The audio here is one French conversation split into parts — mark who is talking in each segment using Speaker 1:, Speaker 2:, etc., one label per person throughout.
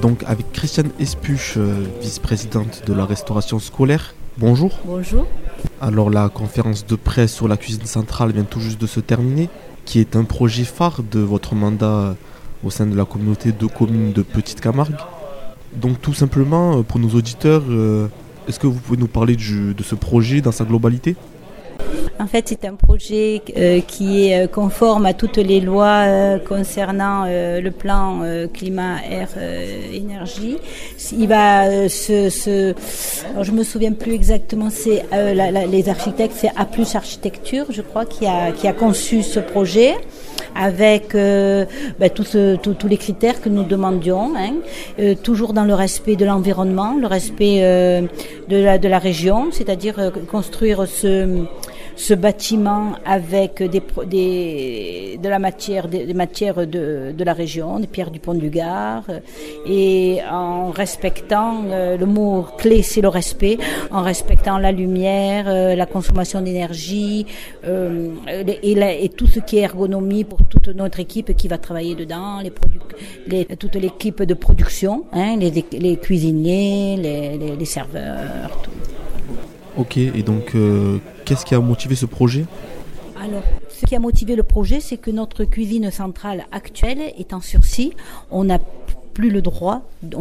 Speaker 1: Donc avec Christiane Espuche, vice-présidente de la restauration scolaire. Bonjour.
Speaker 2: Bonjour.
Speaker 1: Alors la conférence de presse sur la cuisine centrale vient tout juste de se terminer, qui est un projet phare de votre mandat au sein de la communauté de communes de Petite Camargue. Donc tout simplement, pour nos auditeurs, est-ce que vous pouvez nous parler de ce projet dans sa globalité ?
Speaker 2: En fait, c'est un projet qui est conforme à toutes les lois concernant le plan climat, air, énergie. Il va alors je me souviens plus exactement. C'est les architectes, c'est A+ Architecture, je crois, qui a conçu ce projet avec tous les critères que nous demandions, toujours dans le respect de l'environnement, le respect de la région, c'est-à-dire construire ce bâtiment avec des matières de la région, des pierres du Pont du Gard, et en respectant, le mot clé c'est le respect, en respectant la lumière, la consommation d'énergie, et tout ce qui est ergonomie pour toute notre équipe qui va travailler dedans, toute l'équipe de production, les cuisiniers, les serveurs, tout.
Speaker 1: Ok, et donc qu'est-ce qui a motivé ce projet ?
Speaker 2: Alors, ce qui a motivé le projet, c'est que notre cuisine centrale actuelle est en sursis. On n'a plus le droit,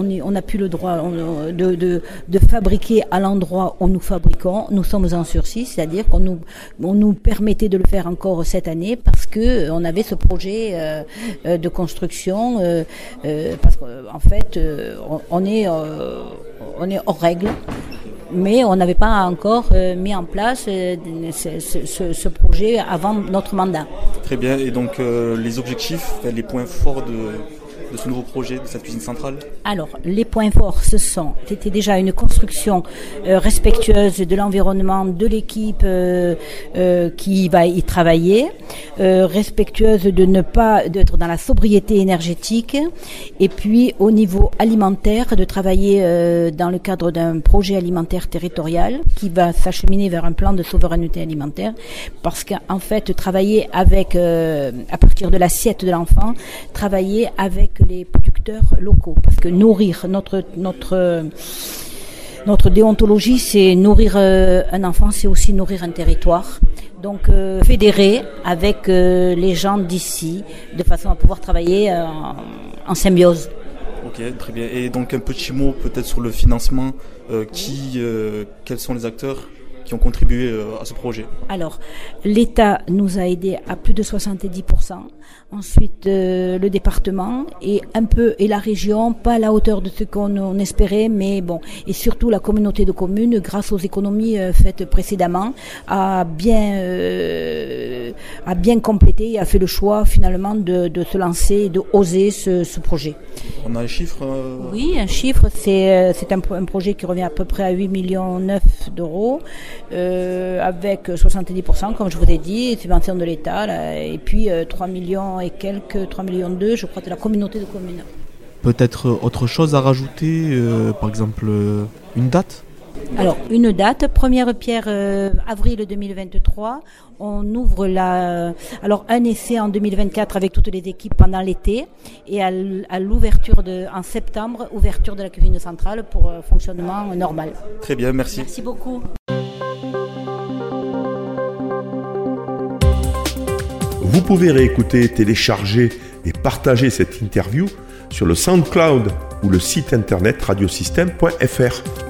Speaker 2: de fabriquer à l'endroit où nous fabriquons. Nous sommes en sursis, c'est-à-dire qu'on nous permettait de le faire encore cette année parce que on avait ce projet de construction, parce qu'en fait, on est hors règle. Mais on n'avait pas encore mis en place ce projet avant notre mandat.
Speaker 3: Très bien, et donc les objectifs, les points forts de ce nouveau projet, de cette cuisine centrale ?
Speaker 2: Alors, les points forts, c'était déjà une construction respectueuse de l'environnement, de l'équipe qui va y travailler, respectueuse d'être dans la sobriété énergétique, et puis au niveau alimentaire, de travailler dans le cadre d'un projet alimentaire territorial qui va s'acheminer vers un plan de souveraineté alimentaire, parce qu'en fait, travailler avec, à partir de l'assiette de l'enfant, travailler avec les producteurs locaux, parce que nourrir notre déontologie, c'est nourrir un enfant, c'est aussi nourrir un territoire. Donc fédérer avec les gens d'ici, de façon à pouvoir travailler en symbiose.
Speaker 3: Ok, très bien. Et donc un petit mot peut-être sur le financement, quels sont les acteurs qui ont contribué à ce projet ?
Speaker 2: Alors, l'État nous a aidés à plus de 70%. Ensuite, le département et la région, pas à la hauteur de ce qu'on espérait, mais bon. Et surtout la communauté de communes, grâce aux économies faites précédemment, a bien complété et a fait le choix finalement de se lancer et de oser ce projet.
Speaker 3: On a un chiffre
Speaker 2: Oui, un chiffre, c'est un projet qui revient à peu près à 8,9 millions d'euros, avec 70%, comme je vous ai dit, subvention de l'État, là, et puis 3 millions et quelques, 3 millions 2, je crois, de la communauté de communes.
Speaker 1: Peut-être autre chose à rajouter, par exemple une date ?
Speaker 2: Alors, une date, première pierre, avril 2023. On ouvre un essai en 2024 avec toutes les équipes pendant l'été, et à l'ouverture en septembre, ouverture de la cuisine centrale pour fonctionnement normal.
Speaker 3: Très bien, merci.
Speaker 2: Merci beaucoup.
Speaker 4: Vous pouvez réécouter, télécharger et partager cette interview sur le SoundCloud ou le site internet radiosystème.fr.